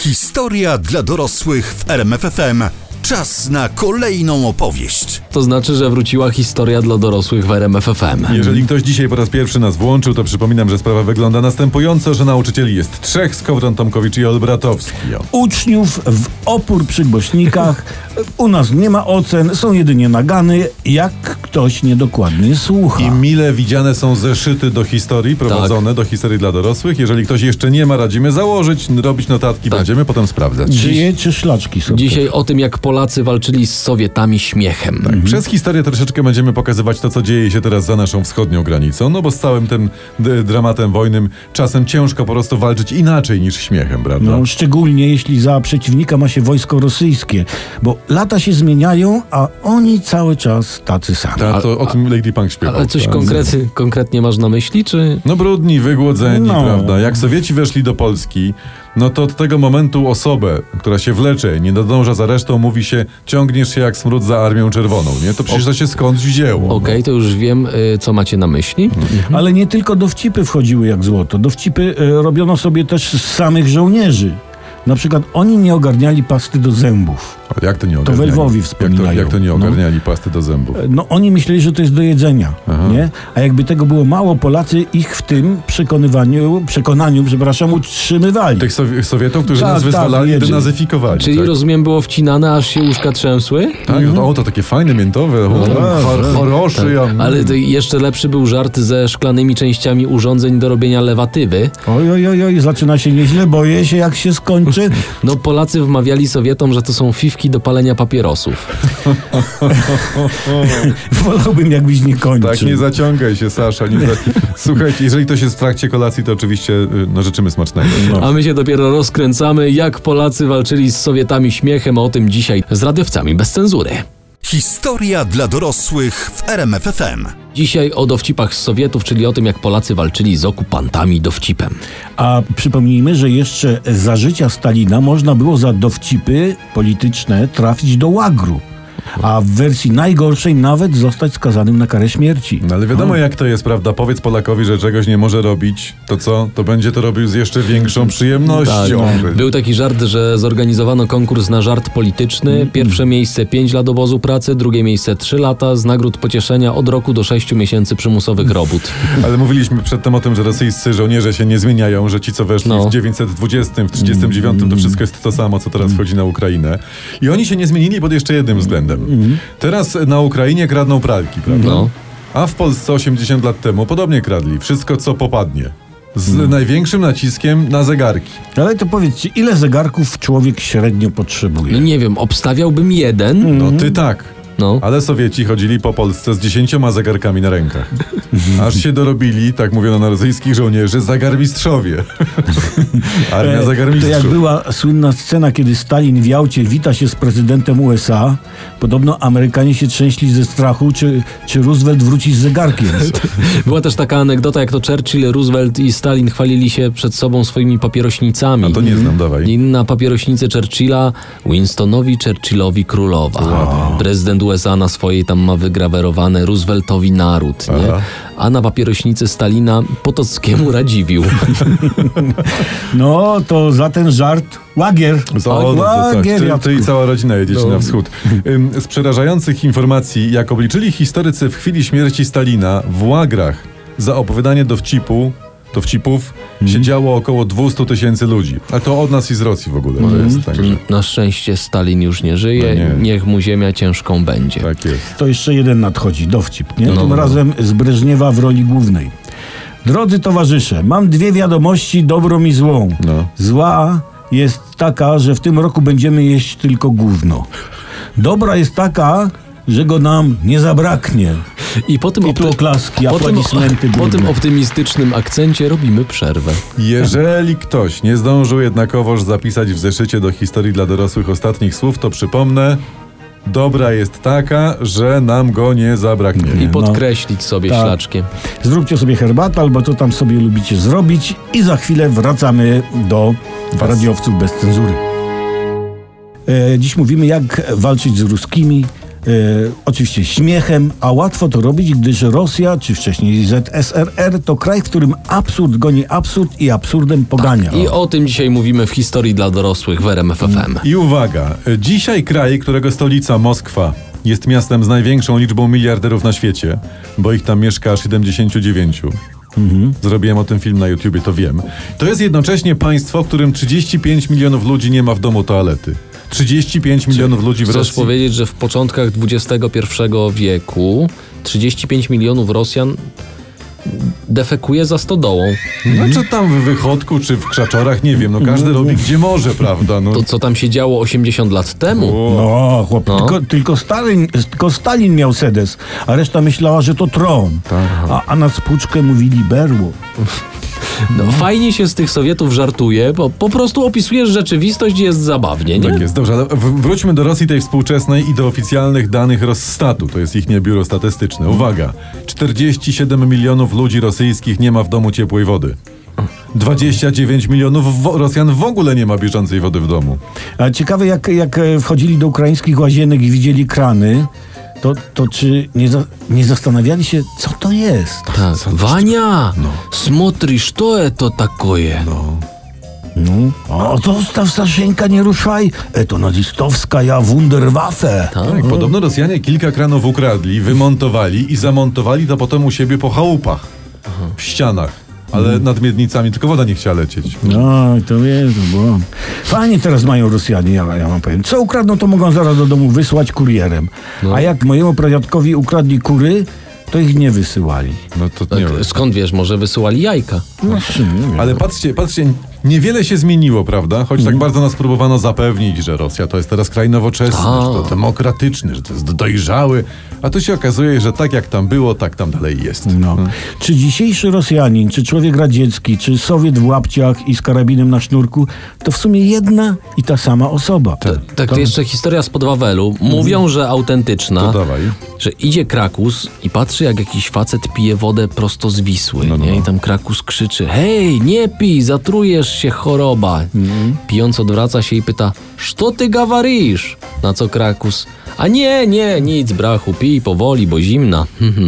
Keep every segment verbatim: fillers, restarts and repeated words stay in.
Historia dla dorosłych w R M F F M. Czas na kolejną opowieść. To znaczy, że wróciła historia dla dorosłych w R M F F M. Jeżeli ktoś dzisiaj po raz pierwszy nas włączył, to przypominam, że sprawa wygląda następująco, że nauczycieli jest trzech: Skowron, Tomkowicz i Olbratowski. Uczniów w opór przy głośnikach. U nas nie ma ocen, są jedynie nagany, jak ktoś niedokładnie słucha. I mile widziane są zeszyty do historii, prowadzone tak. do historii dla dorosłych. Jeżeli ktoś jeszcze nie ma, radzimy założyć, robić notatki, tak. będziemy potem sprawdzać. Żyje czy szlaczki są? Dzisiaj o tym, jak Polacy walczyli z Sowietami śmiechem. Tak. Mhm. Przez historię troszeczkę będziemy pokazywać to, co dzieje się teraz za naszą wschodnią granicą, no bo z całym tym d- dramatem wojnym czasem ciężko po prostu walczyć inaczej niż śmiechem, prawda? No, szczególnie jeśli za przeciwnika ma się wojsko rosyjskie, bo lata się zmieniają, a oni cały czas tacy sami. Ta, to o tym Lady Punk śpiewał. Ale coś tak. konkrety, konkretnie masz na myśli, czy... No brudni, wygłodzeni, No. prawda? Jak Sowieci weszli do Polski, no to od tego momentu osobę, która się wlecze, nie nadąża za resztą, mówi się: ciągniesz się jak smród za Armią Czerwoną, nie? To przecież to się skądś wzięło. Okej, okay, to już wiem, y, co macie na myśli. Mhm. Ale nie tylko dowcipy wchodziły jak złoto. Dowcipy y, robiono sobie też z samych żołnierzy. Na przykład oni nie ogarniali pasty do zębów. A jak to nie To ogarniali? we Lwowie wspominają. Jak to, jak to nie ogarniali no. pasty do zębów? No oni myśleli, że to jest do jedzenia, Aha. nie? A jakby tego było mało, Polacy ich w tym przekonywaniu, przekonaniu, przepraszam, utrzymywali. Tych Sowi- Sowietów, którzy tak, nas wyzwalali, tak, denazyfikowali. Czyli tak? rozumiem, było wcinane, aż się uszka trzęsły? Tak, mhm. to, o, to takie fajne, miętowe. No, chor- choroszy. Tak. Ja... Ale to jeszcze lepszy był żart ze szklanymi częściami urządzeń do robienia lewatywy. Oj, oj, oj, oj, zaczyna się nieźle, boję się, jak się skończy. No Polacy wmawiali Sowietom, że to są fifki do palenia papierosów. Wolałbym, jakbyś nie kończył. Tak, nie zaciągaj się, Sasza. Nie za... Słuchajcie, jeżeli ktoś jest w trakcie kolacji, to oczywiście no, życzymy smacznego. No. A my się dopiero rozkręcamy, jak Polacy walczyli z Sowietami śmiechem, a o tym dzisiaj z radiowcami bez cenzury. Historia dla dorosłych w R M F F M. Dzisiaj o dowcipach z Sowietów, czyli o tym, jak Polacy walczyli z okupantami dowcipem. A przypomnijmy, że jeszcze za życia Stalina można było za dowcipy polityczne trafić do łagru. A w wersji najgorszej nawet zostać skazanym na karę śmierci. No ale wiadomo, jak to jest, prawda? Powiedz Polakowi, że czegoś nie może robić, to co? To będzie to robił z jeszcze większą przyjemnością. Tak, no. Był taki żart, że zorganizowano konkurs na żart polityczny. Pierwsze miejsce pięć lat obozu pracy, drugie miejsce trzy lata, z nagród pocieszenia od roku do sześciu miesięcy przymusowych robót. Ale mówiliśmy przedtem o tym, że rosyjscy żołnierze się nie zmieniają, że ci, co weszli no. w dziewięćset dwudziestym, w trzydziestym dziewiątym, to wszystko jest to samo, co teraz wchodzi na Ukrainę. I oni się nie zmienili pod jeszcze jednym względem. Teraz na Ukrainie kradną pralki, prawda? No. A w Polsce osiemdziesiąt lat temu podobnie kradli. Wszystko, co popadnie. Z no. największym naciskiem na zegarki. Ale to powiedzcie, ile zegarków człowiek średnio potrzebuje? No nie wiem, obstawiałbym jeden. No ty tak. No. Ale Sowieci chodzili po Polsce z dziesięcioma zegarkami na rękach. Aż się dorobili, tak mówiono na rosyjskich żołnierzy, zagarmistrzowie. Armia e, zagarmistrzów. To jak była słynna scena, kiedy Stalin w Jałcie wita się z prezydentem U S A, podobno Amerykanie się trzęśli ze strachu, czy, czy Roosevelt wróci z zegarkiem. Była też taka anegdota, jak to Churchill, Roosevelt i Stalin chwalili się przed sobą swoimi papierośnicami. A to nie znam, dawaj. I na papierośnicy Churchilla Winstonowi Churchillowi królowa. Wow. Prezydent U S A na swojej tam ma wygrawerowane Rooseveltowi naród, nie? A na papierośnicy Stalina Potockiemu Radziwiłł. No to za ten żart łagier. Za, o, łagier tak. ty, ty i cała rodzina jedziecie no. na wschód. Z przerażających informacji, jak obliczyli historycy w chwili śmierci Stalina, w łagrach za opowiadanie dowcipu dowcipów hmm. siedziało około dwieście tysięcy ludzi. A to od nas i z Rosji w ogóle. Hmm. To jest, także... Na szczęście Stalin już nie żyje. No nie. Niech mu ziemia ciężką będzie. Tak jest. To jeszcze jeden nadchodzi, dowcip, nie? No, Tym no. razem z Breżniewa w roli głównej. Drodzy towarzysze, mam dwie wiadomości, dobrą i złą. No. Zła jest taka, że w tym roku będziemy jeść tylko gówno. Dobra jest taka, że go nam nie zabraknie. I po tym, I tu oklaski, po aplodismenty. Po tym optymistycznym akcencie robimy przerwę. Jeżeli ktoś nie zdążył jednakowoż zapisać w zeszycie do historii dla dorosłych ostatnich słów, to przypomnę: dobra jest taka, że nam go nie zabraknie. I podkreślić no, sobie tak. ślaczkiem. Zróbcie sobie herbatę albo co tam sobie lubicie zrobić i za chwilę wracamy do Was. Radiowców bez cenzury. E, dziś mówimy, jak walczyć z ruskimi, e, oczywiście śmiechem, a łatwo to robić, gdyż Rosja, czy wcześniej Z S R R, to kraj, w którym absurd goni absurd i absurdem pogania. I o tym dzisiaj mówimy w historii dla dorosłych w R M F F M. I uwaga, dzisiaj kraj, którego stolica Moskwa jest miastem z największą liczbą miliarderów na świecie, bo ich tam mieszka aż siedemdziesięciu dziewięciu. Mhm. Zrobiłem o tym film na YouTubie, to wiem. To jest jednocześnie państwo, w którym trzydzieści pięć milionów ludzi nie ma w domu toalety. trzydzieści pięć milionów ludzi w Chcesz Rosji. powiedzieć, że w początkach dwudziestego pierwszego wieku trzydzieści pięć milionów Rosjan defekuje za stodołą. No czy tam w Wychodku, czy w Krzaczorach, nie wiem, no każdy robi gdzie może, prawda? No. To co tam się działo osiemdziesiąt lat temu? O. No, chłop, No. Tylko, tylko, Stalin, tylko Stalin miał sedes, a reszta myślała, że to tron. A, a na spłuczkę mówili berło. No, fajnie się z tych Sowietów żartuje, bo po prostu opisujesz rzeczywistość i jest zabawnie, nie? Tak jest, dobrze, ale w- wróćmy do Rosji tej współczesnej i do oficjalnych danych Rossstatu, to jest ich biuro statystyczne. Uwaga, czterdzieści siedem milionów ludzi rosyjskich nie ma w domu ciepłej wody. dwadzieścia dziewięć milionów wo- Rosjan w ogóle nie ma bieżącej wody w domu. A ciekawe, jak, jak e, wchodzili do ukraińskich łazienek i widzieli krany, to, to czy nie, za, nie zastanawiali się, co to jest? Tak. Wania, смотри, что это такое? No. No. O, zostaw Saszenka, nie ruszaj. E, to nazistowska ja Wunderwaffe. Tak, podobno Rosjanie kilka kranów ukradli, wymontowali i zamontowali to potem u siebie po chałupach, w ścianach. Ale nad miednicami tylko woda nie chciała lecieć. No, to wiesz, bo fajnie teraz mają Rosjanie, ja, ja wam powiem. Co ukradną, to mogą zaraz do domu wysłać kurierem. A jak mojemu pradziadkowi ukradli kury, to ich nie wysyłali. No to Tak, nie wiem. skąd wiesz, może wysyłali jajka? No, nie wiem. Ale patrzcie, patrzcie, niewiele się zmieniło, prawda? Choć tak bardzo nas próbowano zapewnić, że Rosja to jest teraz kraj nowoczesny, Tak. że to demokratyczny, że to jest dojrzały, a tu się okazuje, że tak jak tam było, tak tam dalej jest. No. Czy dzisiejszy Rosjanin, czy człowiek radziecki, czy Sowiet w łapciach i z karabinem na sznurku, to w sumie jedna i ta sama osoba. Tak, to jeszcze historia spod Wawelu. Mówią, że autentyczna, To dawaj. że idzie Krakus i patrzy, jak jakiś facet pije wodę prosto z Wisły. No, no, Nie? no. I tam Krakus krzyczy: hej, nie pij, zatrujesz się, choroba. Pijąc odwraca się i pyta: co ty gawarisz? Na co Krakus: a nie, nie, nic, brachu, pij powoli, bo zimna.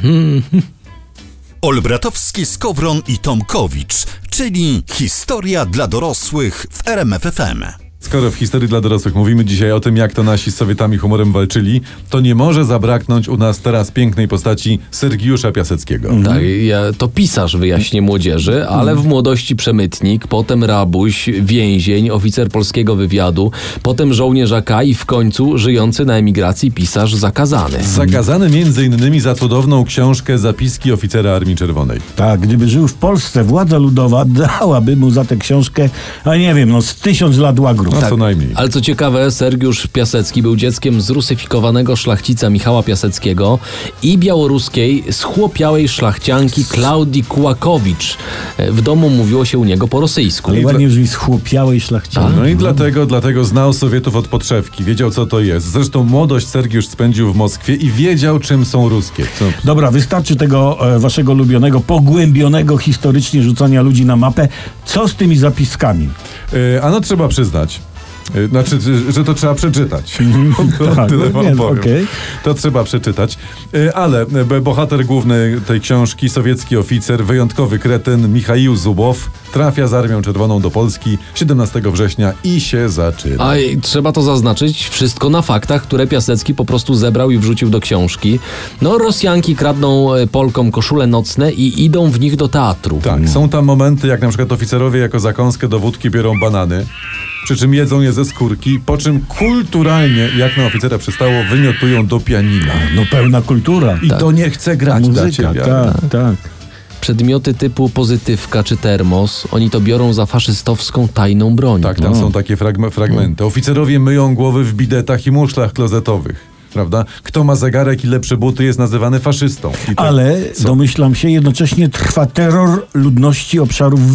Olbratowski, Skowron i Tomkowicz, czyli historia dla dorosłych w R M F F M. Skoro w historii dla dorosłych mówimy dzisiaj o tym, jak to nasi z Sowietami humorem walczyli, to nie może zabraknąć u nas teraz pięknej postaci Sergiusza Piaseckiego. Tak, ja, to pisarz, wyjaśnię młodzieży, ale w młodości przemytnik, potem rabuś, więzień, oficer polskiego wywiadu, potem żołnierz A K i w końcu żyjący na emigracji pisarz zakazany. Zakazany między innymi za cudowną książkę Zapiski oficera Armii Czerwonej. Tak, gdyby żył w Polsce, władza ludowa dałaby mu za tę książkę, a nie wiem, no z tysiąc lat łagru. No Tak. co najmniej. Ale co ciekawe, Sergiusz Piasecki był dzieckiem zrusyfikowanego szlachcica Michała Piaseckiego i białoruskiej schłopiałej szlachcianki Klaudii Kułakowicz. W domu mówiło się u niego po rosyjsku. Ale ładnie brzmi schłopiałej szlachciany. No i dlatego, dlatego znał Sowietów od podszewki, wiedział co to jest. Zresztą młodość Sergiusz spędził w Moskwie i wiedział czym są ruskie. Co? Dobra, wystarczy tego e, waszego ulubionego, pogłębionego historycznie rzucania ludzi na mapę. Co z tymi zapiskami? Yy, ano trzeba przyznać, yy, znaczy, że, że to trzeba przeczytać. Tak, Tyle no wam wiem, powiem. okej. To trzeba przeczytać. Yy, ale yy, bohater główny tej książki, sowiecki oficer, wyjątkowy kretyn Michaił Zubow, trafia z Armią Czerwoną do Polski siedemnastego września i się zaczyna. A i trzeba to zaznaczyć, wszystko na faktach, które Piasecki po prostu zebrał i wrzucił do książki. No, Rosjanki kradną e, Polkom koszule nocne i idą w nich do teatru. Tak, są tam momenty, jak na przykład oficerowie jako zakąskę do wódki biorą banany, przy czym jedzą je ze skórki, po czym kulturalnie, jak na oficera przystało, wymiotują do pianina. No pełna kultura. I to nie chce grać dla Muzyka, ciebie. tak, tak. Przedmioty typu pozytywka czy termos, oni to biorą za faszystowską tajną broń. Tak, tam są takie fragme- fragmenty. Oficerowie myją głowy w bidetach i muszlach klozetowych. Prawda? Kto ma zegarek i lepsze buty, jest nazywany faszystą. I to, Ale co? domyślam się, jednocześnie trwa terror ludności obszarów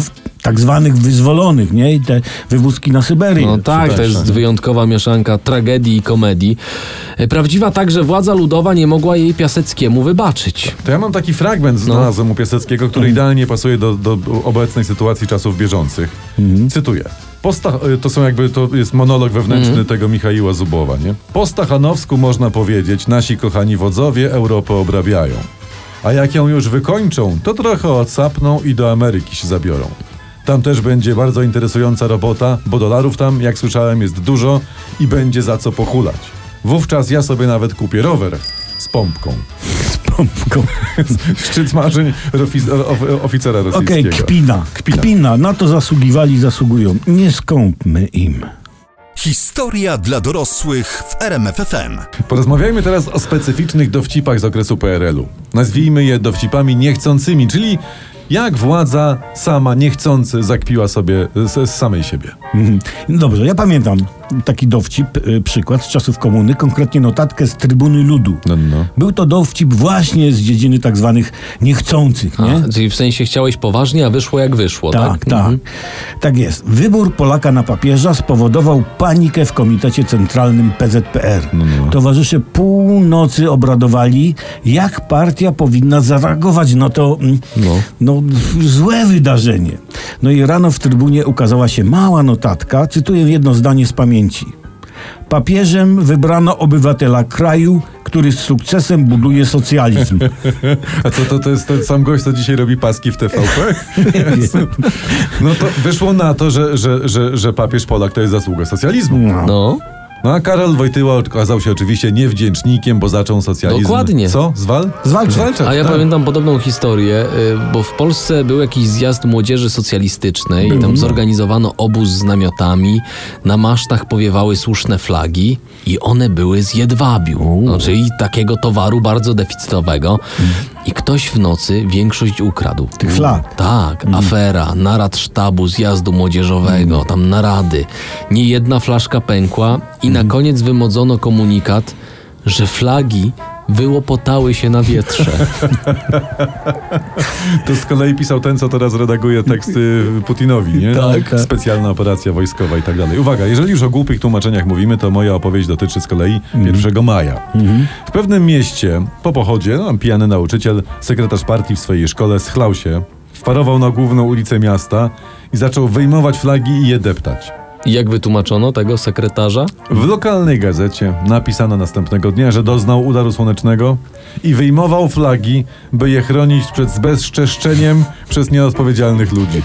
tak zwanych wyzwolonych, nie? I te wywózki na Syberię. No tak, to jest wyjątkowa mieszanka tragedii i komedii. Prawdziwa tak, że władza ludowa nie mogła jej Piaseckiemu wybaczyć. To ja mam taki fragment znalazłem no. u Piaseckiego, który mhm. idealnie pasuje do, do obecnej sytuacji czasów bieżących. Mhm. Cytuję. Po Stach- to są jakby, to jest monolog wewnętrzny mm. tego Michaiła Zubowa, nie? Po stachanowsku można powiedzieć, nasi kochani wodzowie Europę obrabiają. A jak ją już wykończą, to trochę odsapną i do Ameryki się zabiorą. Tam też będzie bardzo interesująca robota, bo dolarów tam, jak słyszałem, jest dużo i będzie za co pochulać. Wówczas ja sobie nawet kupię rower z pompką. Z pompką. Szczyt marzeń rofi- oficera rosyjskiego. Okej, okay, kpina. kpina. Kpina. Na to zasługiwali, zasługują. Nie skąpmy im. Historia dla dorosłych w R M F F M. Porozmawiajmy teraz o specyficznych dowcipach z okresu P R L-u. Nazwijmy je dowcipami niechcącymi, czyli jak władza sama niechcący zakpiła sobie z, z samej siebie. Mhm. Dobrze, ja pamiętam taki dowcip, y, przykład z czasów komuny, konkretnie notatkę z Trybuny Ludu. No, no. Był to dowcip właśnie z dziedziny tak zwanych niechcących, nie? A, czyli w sensie chciałeś poważnie, a wyszło jak wyszło, tak? Tak, tak. Mhm. Tak jest. Wybór Polaka na papieża spowodował panikę w Komitecie Centralnym P Z P R. No, no. Towarzysze północy obradowali, jak partia powinna zareagować na to no. No, złe wydarzenie. No i rano w Trybunie ukazała się mała notatka, cytuję jedno zdanie z pamięci. Papieżem wybrano obywatela kraju, który z sukcesem buduje socjalizm. A co to, to jest ten sam gość, co dzisiaj robi paski w T V P? No to wyszło na to, że, że, że, że papież Polak to jest zasługa socjalizmu. No. no. No a Karol Wojtyła okazał się oczywiście niewdzięcznikiem, bo zaczął socjalizm. Dokładnie. Co? Zwal? Zwalczać. Zwalczać. A ja tak. pamiętam podobną historię, bo w Polsce był jakiś zjazd młodzieży socjalistycznej i tam zorganizowano obóz z namiotami, na masztach powiewały słuszne flagi i one były z jedwabiu, no, czyli takiego towaru bardzo deficytowego. I ktoś w nocy większość ukradł. Tych flag. Tak, mm. afera, narad sztabu zjazdu młodzieżowego, mm. tam narady. Nie jedna flaszka pękła i mm. na koniec wymodzono komunikat, że flagi wyłopotały się na wietrze. To z kolei pisał ten, co teraz redaguje teksty Putinowi, nie? Tak, tak. Specjalna operacja wojskowa i tak dalej. Uwaga, jeżeli już o głupich tłumaczeniach mówimy, to moja opowieść dotyczy z kolei mm. pierwszego maja. Mm-hmm. W pewnym mieście, po pochodzie, no, pijany nauczyciel, sekretarz partii w swojej szkole schlał się, wparował na główną ulicę miasta i zaczął wyjmować flagi i je deptać. I jak wytłumaczono tego sekretarza? W lokalnej gazecie napisano następnego dnia, że doznał udaru słonecznego i wyjmował flagi, by je chronić przed zbezczeszczeniem przez nieodpowiedzialnych ludzi.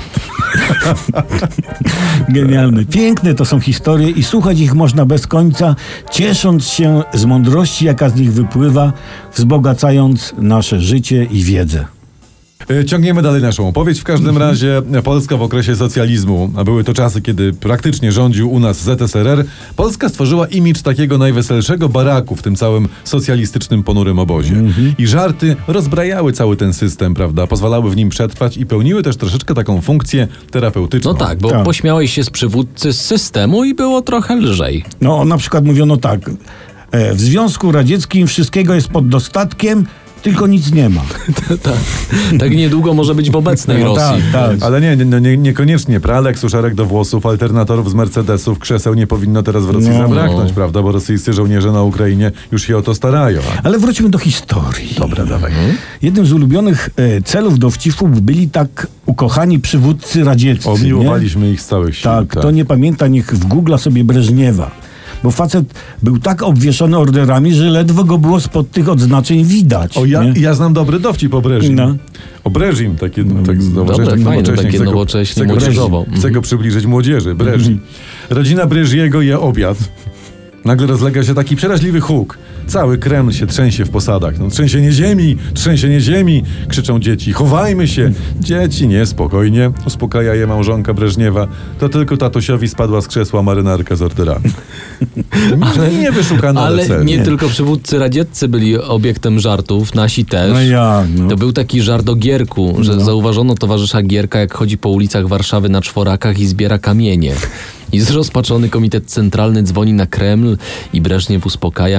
Genialne. Piękne to są historie i słuchać ich można bez końca, ciesząc się z mądrości, jaka z nich wypływa, wzbogacając nasze życie i wiedzę. Ciągniemy dalej naszą opowieść. W każdym razie Polska w okresie socjalizmu, a były to czasy, kiedy praktycznie rządził u nas Z S R R, Polska stworzyła imidż takiego najweselszego baraku w tym całym socjalistycznym ponurym obozie. Mm-hmm. I żarty rozbrajały cały ten system, prawda? Pozwalały w nim przetrwać i pełniły też troszeczkę taką funkcję terapeutyczną. No tak, bo tak. pośmiałeś się z przywódcy z systemu i było trochę lżej. No na przykład mówiono tak, e, w Związku Radzieckim wszystkiego jest pod dostatkiem, tylko nic nie ma. tak, tak niedługo może być w obecnej no, Rosji. Tak, tak. Ale nie, nie, nie, niekoniecznie. Pralek, suszarek do włosów, alternatorów z Mercedesów, krzeseł nie powinno teraz w Rosji no, zabraknąć, no. prawda? Bo rosyjscy żołnierze na Ukrainie już się o to starają. Ale wróćmy do historii. Dobra, dawaj. Hmm? Jednym z ulubionych e, celów dowcipów byli tak ukochani przywódcy radzieccy. Obmiłowaliśmy nie? ich z całych sił. Tak, tak, kto nie pamięta, niech w Google sobie Breżniewa. Bo facet był tak obwieszony orderami, że ledwo go było spod tych odznaczeń widać. O, ja, ja znam dobry dowcip o Breżim. No. O Breżim, takie no, tak Dobre, tak fajne, takie nowocześnie, młodzieżowo. Chcę, chcę go przybliżyć młodzieży. Breżim. Mm. Rodzina Breżyego je obiad. Nagle rozlega się taki przeraźliwy huk. Cały Kreml się trzęsie w posadach. No, trzęsienie ziemi, trzęsienie ziemi, krzyczą dzieci. Chowajmy się. Dzieci, nie, spokojnie. Uspokaja je małżonka Breżniewa. To tylko tatusiowi spadła z krzesła marynarka z orderami. Ale nie wyszukano Ale cel. nie, nie tylko przywódcy radzieccy byli obiektem żartów, nasi też. No ja, no. To był taki żart o Gierku, że no. zauważono towarzysza Gierka, jak chodzi po ulicach Warszawy na czworakach i zbiera kamienie. I zrozpaczony Komitet Centralny dzwoni na Kreml i Breżniew uspokaja.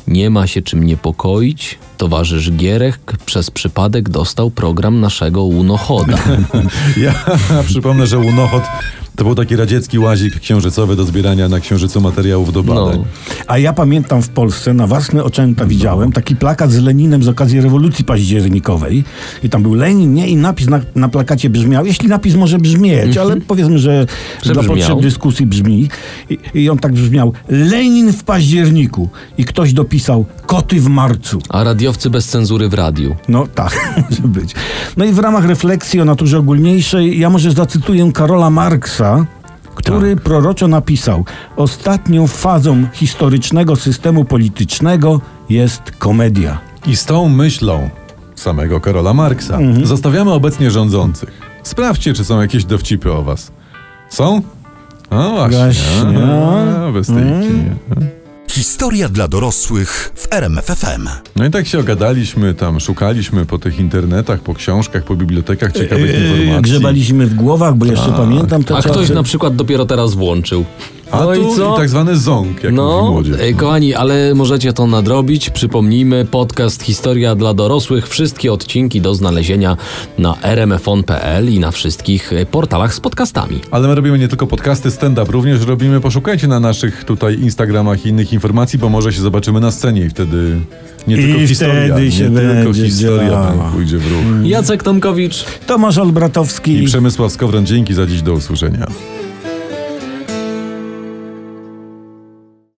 Nie ma się czym niepokoić. Towarzysz Gierek przez przypadek dostał program naszego Unochoda. Ja przypomnę, że Unochod to był taki radziecki łazik księżycowy do zbierania na księżycu materiałów do badań. No. A ja pamiętam w Polsce, na własne oczęta widziałem taki plakat z Leninem z okazji rewolucji październikowej. I tam był Lenin, nie? I napis na, na plakacie brzmiał, jeśli napis może brzmieć, ale powiedzmy, że, Że dla brzmiał. potrzeb dyskusji brzmi. I, I on tak brzmiał, Lenin w październiku. I ktoś dopisał, koty w marcu. A radiowcy bez cenzury w radiu. No tak, może być. No i w ramach refleksji o naturze ogólniejszej ja może zacytuję Karola Marksa, który Tak. proroczo napisał: ostatnią fazą historycznego systemu politycznego jest komedia. I z tą myślą samego Karola Marksa Mhm. zostawiamy obecnie rządzących. Sprawdźcie, czy są jakieś dowcipy o was. Są? No właśnie. Właśnie. A, bez tej Mm. Historia dla dorosłych w R M F F M. No i tak się ogadaliśmy, tam szukaliśmy po tych internetach, po książkach, po bibliotekach ciekawych Yy, informacji. Grzebaliśmy w głowach, bo jeszcze pamiętam te A ktoś czasy. na przykład dopiero teraz włączył. A No tu i co? i tak zwany ząg, jak mówi No, młodzież. ej, kochani, ale możecie to nadrobić. Przypomnijmy, podcast Historia dla dorosłych. Wszystkie odcinki do znalezienia na r m f o n kropka p l i na wszystkich e, portalach z podcastami. Ale my robimy nie tylko podcasty, stand-up również robimy. Poszukajcie na naszych tutaj Instagramach i innych informacji, bo może się zobaczymy na scenie i wtedy nie I tylko historia, wtedy nie się tylko będzie historia działo. pójdzie w ruch. Jacek Tomkowicz. Tomasz Olbratowski. I Przemysław Skowron, dzięki za dziś, do usłyszenia.